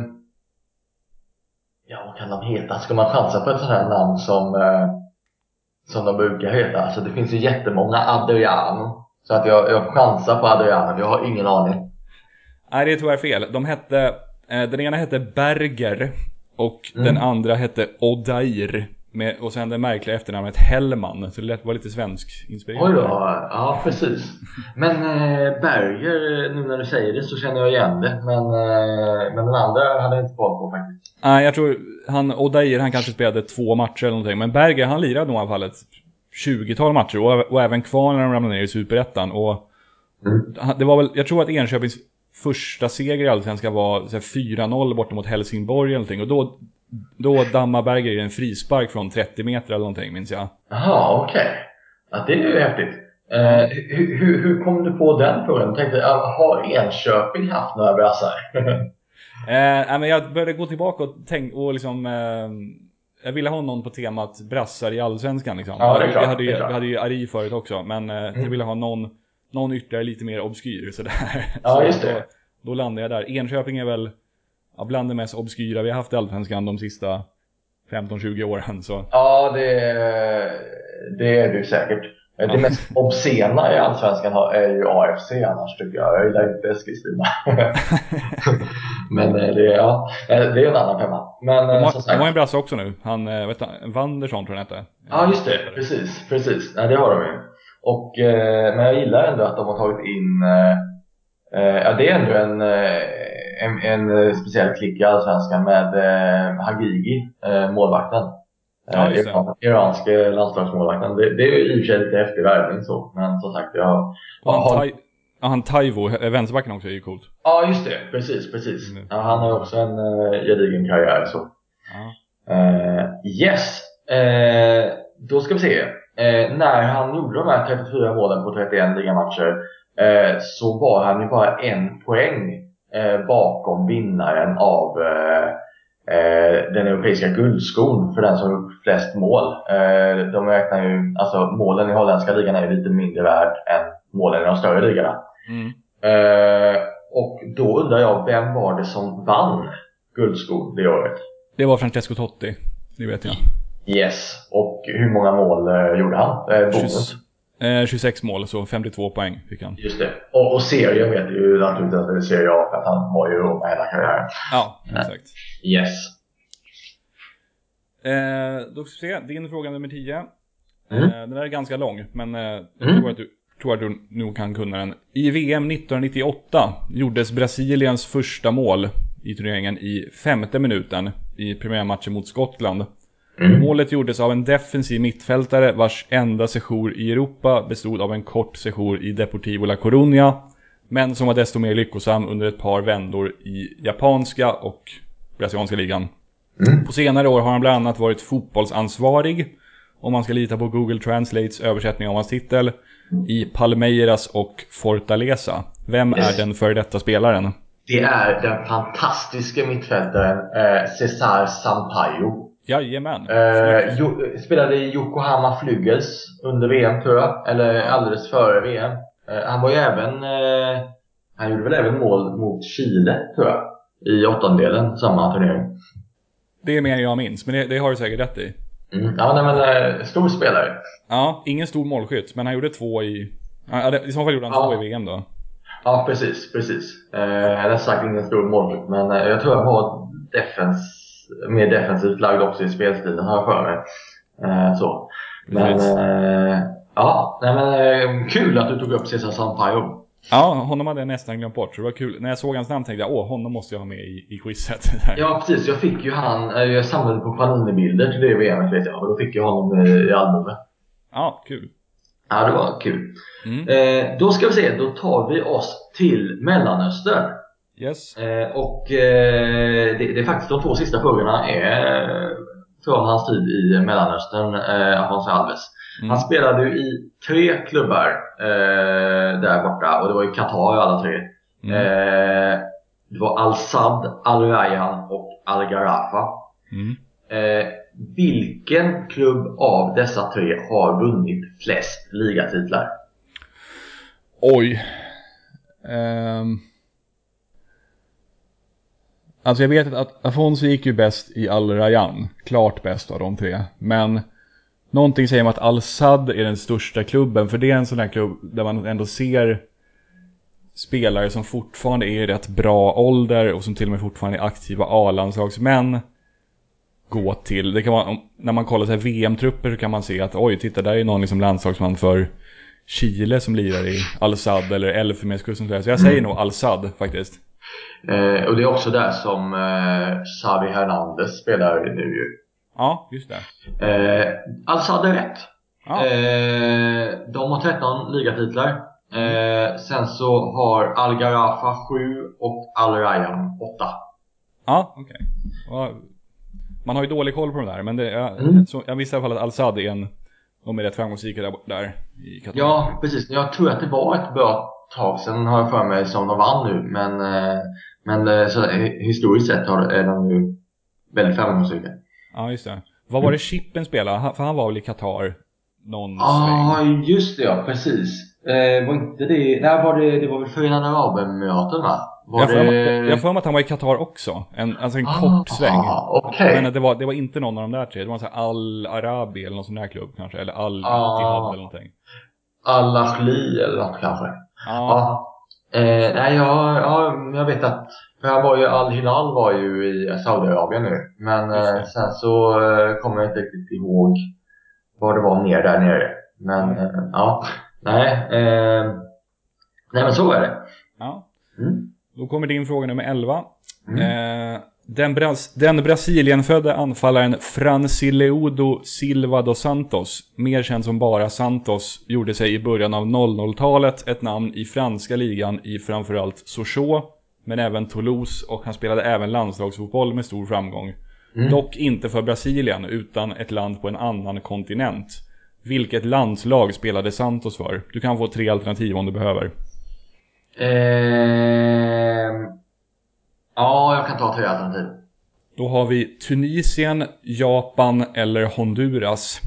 Ja, vad kan de heta? Ska man chansa på ett sånt här namn som, eh, som de brukar heta? Alltså det finns ju jättemånga Adriano. Så att jag, jag chansar på Adriano. Jag har ingen aning. Nej, det tror jag är fel. De hette... Den ena hette Berger och mm. den andra hette Odair med, och sen det märkliga efternamnet Hellman. Så det var lite svensk inspirerat. Oj då, ja precis. Men eh, Berger, nu när du säger det så känner jag igen det. Men, eh, men den andra hade jag inte koll på faktiskt. Nej, jag tror han, Odair han kanske spelade två matcher eller någonting. Men Berger han lirade nog i alla fall ett tjugotal matcher och, och även kvar när de ramlade ner i Superettan. Och mm. det var väl, jag tror att Enköpings första seger i Allsvenskan var så här, fyra noll borta mot Helsingborg eller någonting. Och då, då dammar Berger i en frispark från trettio meter eller någonting, minns jag. Jaha, okej. Okay. Ja, det är ju häftigt. Eh, hur, hur, hur kom du på den frågan? Jag tänkte, har Enköping haft några brassar? eh, men jag började gå tillbaka och tänka och liksom... Eh, jag ville ha någon på temat brassar i Allsvenskan liksom. Ja, det är klart, jag hade ju, det är klart. Jag hade ju Ari förut också, men eh, mm. jag ville ha någon... Någon ytterligare lite mer obskyr sådär. Ja, så just det. Då, då landade jag där. Enköping är väl... ja, bland det mest obskyra vi har haft i Allsvenskan de sista femton tjugo åren. Så. Ja, det, det är det ju säkert. Det ja. mest obscena i Allsvenskan är ju A F C annars tycker jag. Jag gillar inte Eskilstuna. Men det, ja, det är en annan femma. Men de har, som sagt, de har en brasse också nu. Han, vet du, Wandersson tror jag inte. Ja, just det. Precis, precis. Nej, det har de ju. Och, eh, men jag gillar ändå att de har tagit in eh, ja, det är ändå en, en, en speciell klick i Allsvenskan med eh, Hagigi, eh, målvakten. Ja, Iran, iranske landslagsmålvakten. Det, det är ju i och för sig lite efter värvning så. Men som sagt, jag och han, har... tai, ja, han Taivo, vänsterbacken också är ju coolt. Ja, just det. Precis, precis. Mm. Ja, han har också en uh, gedigen karriär så. Ja. Uh, yes. Uh, då ska vi se. Uh, när han gjorde de här trettiofyra målen på trettioen ligamatcher uh, så var han ju bara en poäng uh, bakom vinnaren av uh, Eh, den europeiska guldskon för den som gjort flest mål. Eh, de räknar ju, alltså målen i holländska ligan är ju lite mindre värd än målen i de större ligorna. Mm. Eh, och då undrar jag, vem var det som vann guldskon det året? Det var Francesco Totti, det vet jag. Yes, och hur många mål eh, gjorde han? Eh, bonus? Eh, tjugosex mål, så femtiotvå poäng fick han. Just det. Och, och serien vet ju naturligtvis att det är Serie A, för att han var ju med hela karriären. Ja, exakt. Yes. Eh, då ska vi se, din fråga nummer tio. Mm. Eh, den är ganska lång, men eh, jag mm. tror, att du, tror att du nog kan kunna den. I V M nittonhundranittioåtta gjordes Brasiliens första mål i turneringen i femte minuten i premiärmatchen mot Skottland. Mm. Målet gjordes av en defensiv mittfältare vars enda sejour i Europa bestod av en kort sejour i Deportivo La Coruña, men som var desto mer lyckosam under ett par vändor i japanska och brasilianska ligan. Mm. På senare år har han bland annat varit fotbollsansvarig, om man ska lita på Google Translates översättning av hans titel, i Palmeiras och Fortaleza. Vem yes. är den för detta spelaren? Det är den fantastiska mittfältaren eh, Cesar Sampaio. Jajamän. Eh, jo, spelade i Yokohama Flügels under V M tror jag, eller alldeles före V M. Eh, han var ju även eh, han gjorde väl även mål mot Chile tror jag, i åttondelen samma turnering. Det är mer än jag minns, men det, det har du säkert rätt i. Mm. Ja, nej, men eh, stor spelare. Ja, ingen stor målskytt, men han gjorde två i... Ja, i så fall gjorde han ja. två i V M då. Ja, precis, precis. Eh, jag hade sagt ingen stor målskytt, men eh, jag tror jag var defens, mer defensivt lagd också i spelstilen, har jag för mig. Eh, så. Men, eh, ja, nej, men eh, kul att du tog upp Cesar Sampaio. Ja, honom hade jag nästan glömt bort, så det var kul. När jag såg hans namn tänkte jag, åh, honom måste jag ha med i, i quizet. Ja, precis. Jag fick ju han, jag samlade på Panini-bilder till det V M, vet jag. Och då fick jag honom i albumet. Ja, kul. Ja, det var kul. Mm. Eh, då ska vi se, då tar vi oss till Mellanöstern. Yes. Eh, och eh, det, det är faktiskt de två sista frågorna är från hans tid i Mellanöstern, eh, Afonso Alves. Mm. Han spelade ju i tre klubbar eh, där borta, och det var ju Qatar alla tre. Mm. Eh, det var Al-Sadd, Al-Rayyan och Al-Gharafa. Mm. Eh, vilken klubb av dessa tre har vunnit flest ligatitlar? Oj. Um... Alltså jag vet att Afonso gick ju bäst i Al-Rayyan. Klart bäst av de tre. Men någonting säger mig att Al-Sadd är den största klubben. För det är en sån här klubb där man ändå ser spelare som fortfarande är i rätt bra ålder och som till och med fortfarande är aktiva A-landslagsmän gå till. Det kan vara, när man kollar så här V M-trupper så kan man se att oj, titta, där är någon liksom landslagsman för Chile som lirar i Al-Sadd eller Elfenbenskusten. Så jag säger nog Al-Sadd faktiskt. Eh, och det är också där som eh, Xavi Hernandez spelar nu ju. Ja, just det. Eh, Al-Sadd är rätt. Ja. Eh, de har tretton ligatitlar. Eh, sen så har Al-Gharafa sju och Al-Rayyan åtta. Ja, okej. Okay. Man har ju dålig koll på de där, men det, jag, mm. så, jag visste i alla fall att Al-Sadd är en, de är rätt framgångsrika där, där i Qatar. Ja, precis. Jag tror att det var ett bra tag sen, har jag för mig, som de vann nu. Men, men så, historiskt sett är de ju väldigt framgångsrika. Ja, just det. Vad var det Chippen spelade? För han var väl i Qatar någon ah, sväng? Ja, just det, ja, precis. Eh, var inte det, där var det, det var väl Förenade Arabemiraten, va? Var jag, det... får, jag, jag får mig att han var i Qatar också. En, alltså en ah, kort sväng. Okay. Men det var, det var inte någon av de där tre. Det var så här Al-Arabi eller någon sån där klubb kanske. Eller Al-Ittihad ah, eller någonting. Al-Ahli eller något kanske. Ah. Ja. Eh, nej, jag, ja, jag vet att jag var ju Al-Hilal var ju i Saudiarabien nu. Men eh, sen så eh, kommer jag inte riktigt ihåg vad det var mer där nere. Men mm. eh, ja, nej. Eh, nej men så är det. Ja. Mm. Då kommer din fråga nummer elva. Mm. Eh, den, Bras- den Brasilienfödde anfallaren Francileudo Silva dos Santos, mer känd som bara Santos, gjorde sig i början av noll noll-talet ett namn i franska ligan i framförallt Sochaux, men även Toulouse, och han spelade även landslagsfotboll med stor framgång. Mm. Dock inte för Brasilien utan ett land på en annan kontinent. Vilket landslag spelade Santos för? Du kan få tre alternativ om du behöver. Eh... Ja, jag kan ta tre alternativ. Då har vi Tunisien, Japan eller Honduras.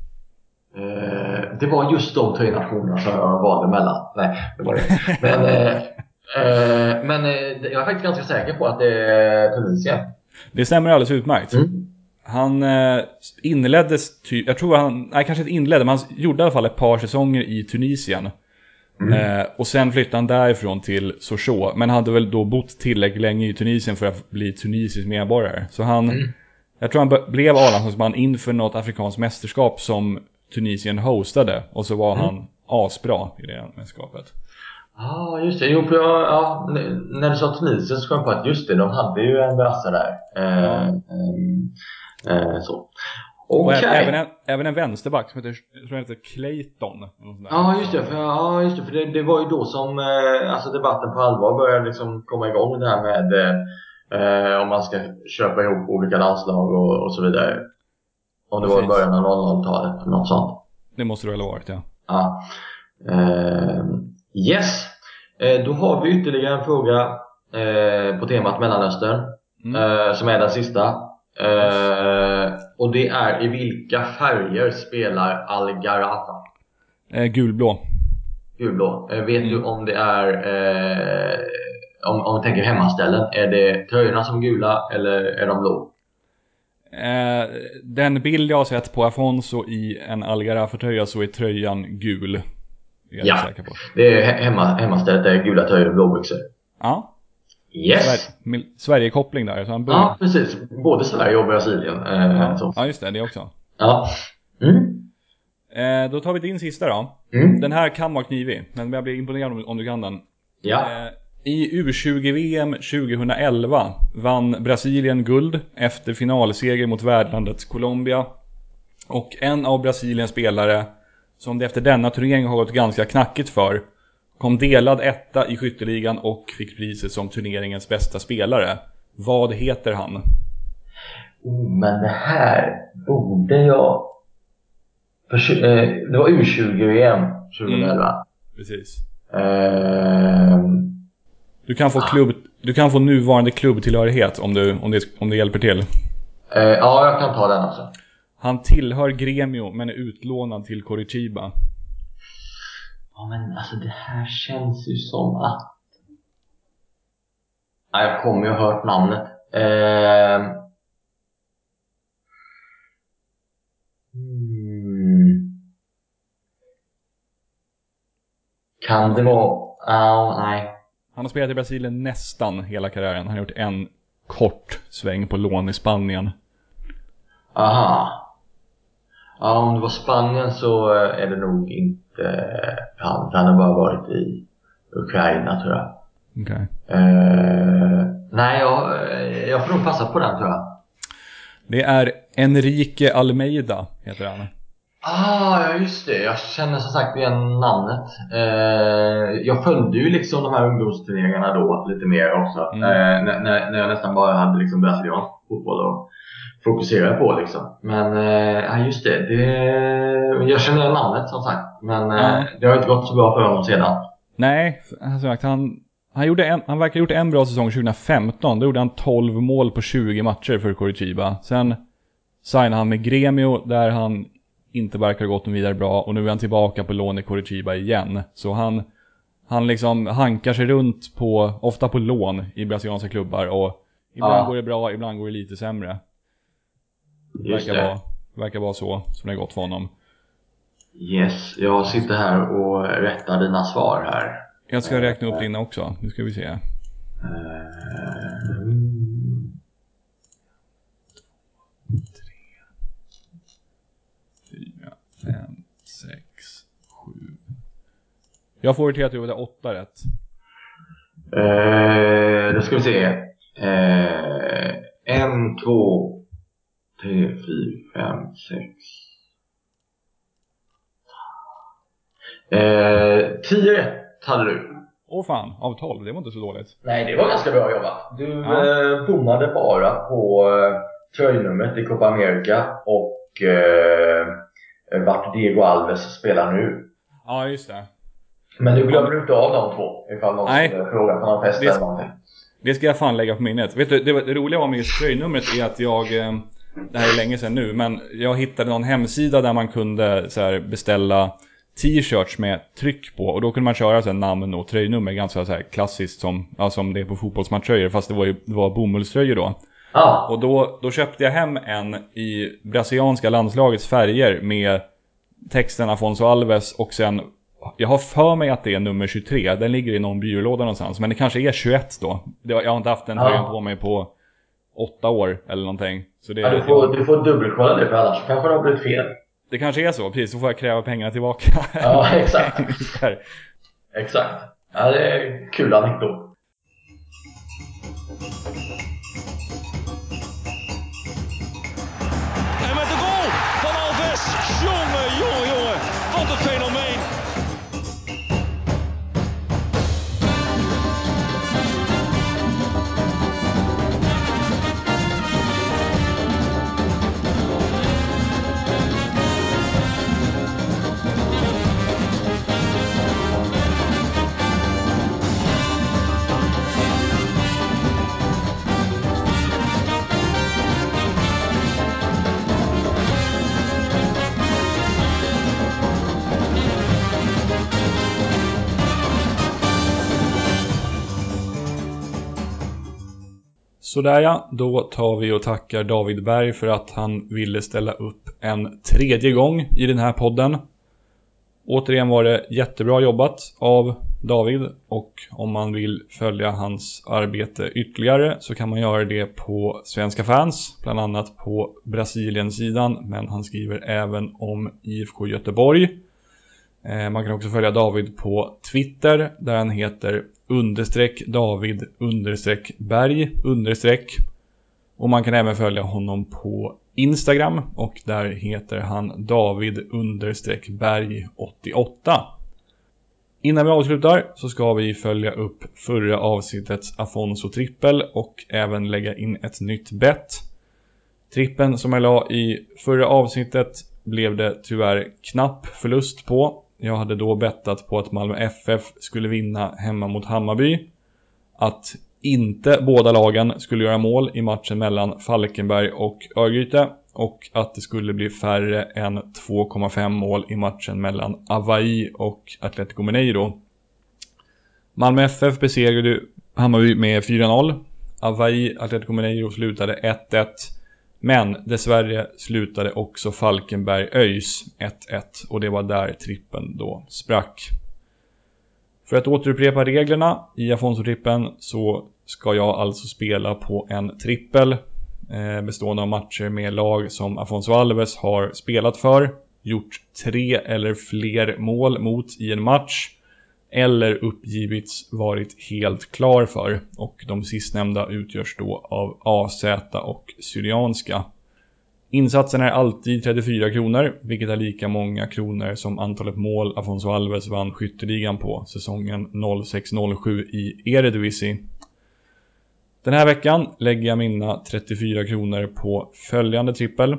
Eh, det var just de tre nationerna som jag valde mellan. Nej, det var det. Men, eh, eh, men eh, jag är faktiskt ganska säker på att det är Tunisien. Det stämmer alldeles utmärkt. Mm. Han eh, inleddes, ty- jag tror han, nej kanske inte inledde, men han gjorde i alla fall ett par säsonger i Tunisien. Mm. Eh, och sen flyttade han därifrån till Sochaux, men hade väl då bott tillräckligt länge i Tunisien för att bli tunisisk medborgare. Så han, mm. jag tror han b- blev A-landslagsman inför något afrikanskt mästerskap som Tunisien hostade, och så var mm. han asbra i det mästerskapet. Ja, ah, just det. Jo, för jag, ja, när du sa Tunisien så kom jag på att just det, de hade ju en brasse där. Eh, ja. eh, eh, så. Okay. Och även en, även en vänsterback som heter, jag tror heter Clayton. Ja, just det. För, ja, just det, för det, det var ju då som eh, alltså debatten på allvar började liksom komma igång, det här med eh, om man ska köpa ihop olika landslag och, och så vidare. Om det Precis. var i början av noll noll-talet, något sånt. Det måste det väl ha varit, ja. Ja. Eh, yes. Eh, då har vi ytterligare en fråga eh, på temat Mellanöstern. Mm. Eh, som är den sista. Uh, och det är: i vilka färger spelar Al-Gharafa? Eh, gulblå. Gulblå. Uh, vet mm. du om det är uh, om, om vi tänker hemmaställen, är det tröjorna som gula eller är de blå? Uh, den bild jag har sett på Afonso i en Al-Gharafa-tröja, så är tröjan gul. Är ja, säker på. Det är hemma, hemmastället är gula tröjor och blåbyxor. Ja. Yes. Sverige, Sverige-koppling där. Så han börjar... Ja, precis. Både Sverige och Brasilien. Eh, ja. ja, just det. Det också. Ja. Mm. Eh, då tar vi din sista då. Mm. Den här kan vara knivig, men jag blir imponerad om, om du kan den. Ja. Eh, I U tjugo-V M tjugoelva vann Brasilien guld efter finalseger mot värdlandet Colombia. Och en av Brasiliens spelare, som det efter denna turnering har gått ganska knackigt för, kom delad etta i skytteligan och fick priset som turneringens bästa spelare. Vad heter han? Oh, men det här borde jag... För, eh, det var U tjugo-V M tjugoelva. Mm, precis. Eh... Du kan få klubb, du kan få nuvarande klubbtillhörighet om du om det om det hjälper till. Eh, ja, jag kan ta den också. Han tillhör Gremio men är utlånad till Coritiba. Ja, men alltså det här känns ju som att... Ja, jag kommer ju ha hört namnet. Eh... Hmm. Kan det vara... Ja, oh, nej. Han har spelat i Brasilien nästan hela karriären. Han har gjort en kort sväng på lån i Spanien. Aha. Ja, om det var Spanien så är det nog inte han. Han har bara varit i Ukraina, tror jag. Okej. Okay. Uh, nej, jag, jag får nog passa på den, tror jag. Det är Enrique Almeida, heter han. Ah, ja just det. Jag känner som sagt igen namnet. Uh, jag följde ju liksom de här ungdomsturneringarna då lite mer också. Mm. Uh, när, när jag nästan bara hade liksom brasiliansk fotboll och fokusera på liksom. Men ja, just det, det jag känner igen namnet som sagt, men ja. Det har inte gått så bra för honom sedan. Nej, alltså, han han gjorde en, han verkar ha gjort en bra säsong tjugo femton. Då gjorde han tolv mål på tjugo matcher för Coritiba. Sen signade han med Gremio där han inte verkar ha gått vidare bra, och nu är han tillbaka på lån i Coritiba igen. Så han Han liksom hankar sig runt på, ofta på lån i brasilianska klubbar. Och ibland Ja. går det bra, ibland går det lite sämre. Just Verkar det. vara, verkar vara så som det har gått för honom. Yes, jag sitter här och rättar dina svar här. Jag ska räkna upp dina också, nu ska vi se. Uh, fyra, fem, sex, sju. Jag får till att det är åtta rätt. uh, Då ska vi se. Uh, en, två, tre, fyra, fem, sex. Uh, tio rätt hade du. Åh fan, av tolv, det var inte så dåligt. Nej, det var ganska bra jobbat. Du Ja. eh, bommade bara på eh, tröjnumret i Copa America och eh, vart Diego Alves spelar nu. Ja, just det. Men du glömmer inte av de två ifall någon Nej. skulle fråga på någon fest Det- eller någonting. Det ska jag fan lägga på minnet. Vet du, det, var- det roliga var med just tröjnumret är att jag, eh, det här är länge sedan nu, men jag hittade någon hemsida där man kunde så här, beställa t-shirts med tryck på. Och då kunde man köra så här, namn och tröjnummer ganska så här, klassiskt som, ja, som det är på fotbollsmatchtröjor. Fast det var ju det var bomullströjor då. Ja, Och då, då köpte jag hem en i brasilianska landslagets färger med texten Afonso Alves och sen, jag har för mig att det är nummer tjugotre. Den ligger i någon byrålåda någonstans. Men det kanske är tjugoett då. Det var, jag har inte haft den Ja. tröjan på mig på åtta år eller någonting. Så det, ja du, får, jag, du får dubbelkolla det för annars kanske det har blivit fel. det kanske är så, precis. Så får jag kräva pengarna tillbaka. Ja, exakt. Där. Exakt. Ja, det är kul anekdot. En met de goal van Alves. Jongen, jongen, jongen. Wat een fenomeen. Sådär ja, då tar vi och tackar David Berg för att han ville ställa upp en tredje gång i den här podden. Återigen var det jättebra jobbat av David, och om man vill följa hans arbete ytterligare så kan man göra det på Svenska Fans, bland annat på Brasilien-sidan, men han skriver även om I F K Göteborg. Man kan också följa David på Twitter där han heter understreck David understreck Berg understreck. Och man kan även följa honom på Instagram och där heter han David understreck Berg åttioåtta. Innan vi avslutar så ska vi följa upp förra avsnittets Afonso trippel och även lägga in ett nytt bett. Trippen som jag la i förra avsnittet blev det tyvärr knapp förlust på. Jag hade då bettat på att Malmö F F skulle vinna hemma mot Hammarby. Att inte båda lagen skulle göra mål i matchen mellan Falkenberg och Örgryte. Och att det skulle bli färre än två komma fem mål i matchen mellan Avaí och Atlético Mineiro. Malmö F F besegrade Hammarby med fyra noll. Avaí Atlético Mineiro slutade ett ett. Men dessvärre slutade också Falkenberg ÖIS ett ett och det var där trippen då sprack. För att återupprepa reglerna i Afonso-trippen så ska jag alltså spela på en trippel eh, bestående av matcher med lag som Afonso Alves har spelat för, gjort tre eller fler mål mot i en match eller uppgivits varit helt klar för, och de sistnämnda utgörs då av A Z och Syrianska. Insatsen är alltid trettiofyra kronor, vilket är lika många kronor som antalet mål Afonso Alves vann skytteligan på säsongen noll sex noll sju i Eredivisie. Den här veckan lägger jag mina trettiofyra kronor på följande trippel.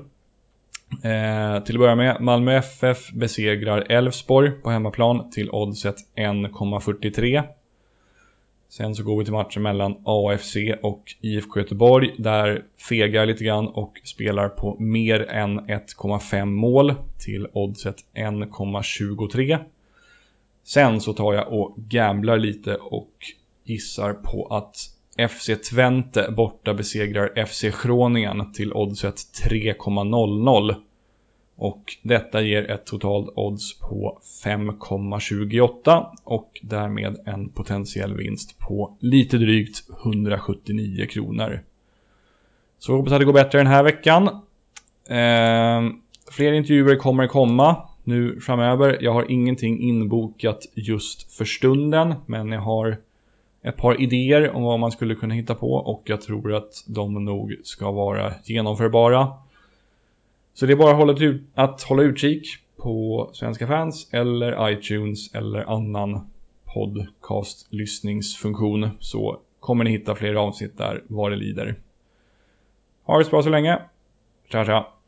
Eh, till att börja med, Malmö F F besegrar Elfsborg på hemmaplan till oddset en komma fyrtiotre. Sen så går vi till matchen mellan A F C och I F K Göteborg. Där fegar lite grann och spelar på mer än ett komma fem mål till oddset en komma tjugotre. Sen så tar jag och gamblar lite och gissar på att F C Twente borta besegrar F C Groningen till oddset tre komma noll noll. Och detta ger ett totalt odds på fem komma tjugoåtta och därmed en potentiell vinst på lite drygt hundrasjuttionio kronor. Så jag hoppas att det går bättre den här veckan. Eh, fler intervjuer kommer komma nu framöver. Jag har ingenting inbokat just för stunden, men jag har ett par idéer om vad man skulle kunna hitta på och jag tror att de nog ska vara genomförbara. Så det är bara att hålla, ut, att hålla utkik på Svenska Fans eller iTunes eller annan podcast-lyssningsfunktion, så kommer ni hitta fler avsnitt där vad det lider. Ha det så bra så länge. Tja tja.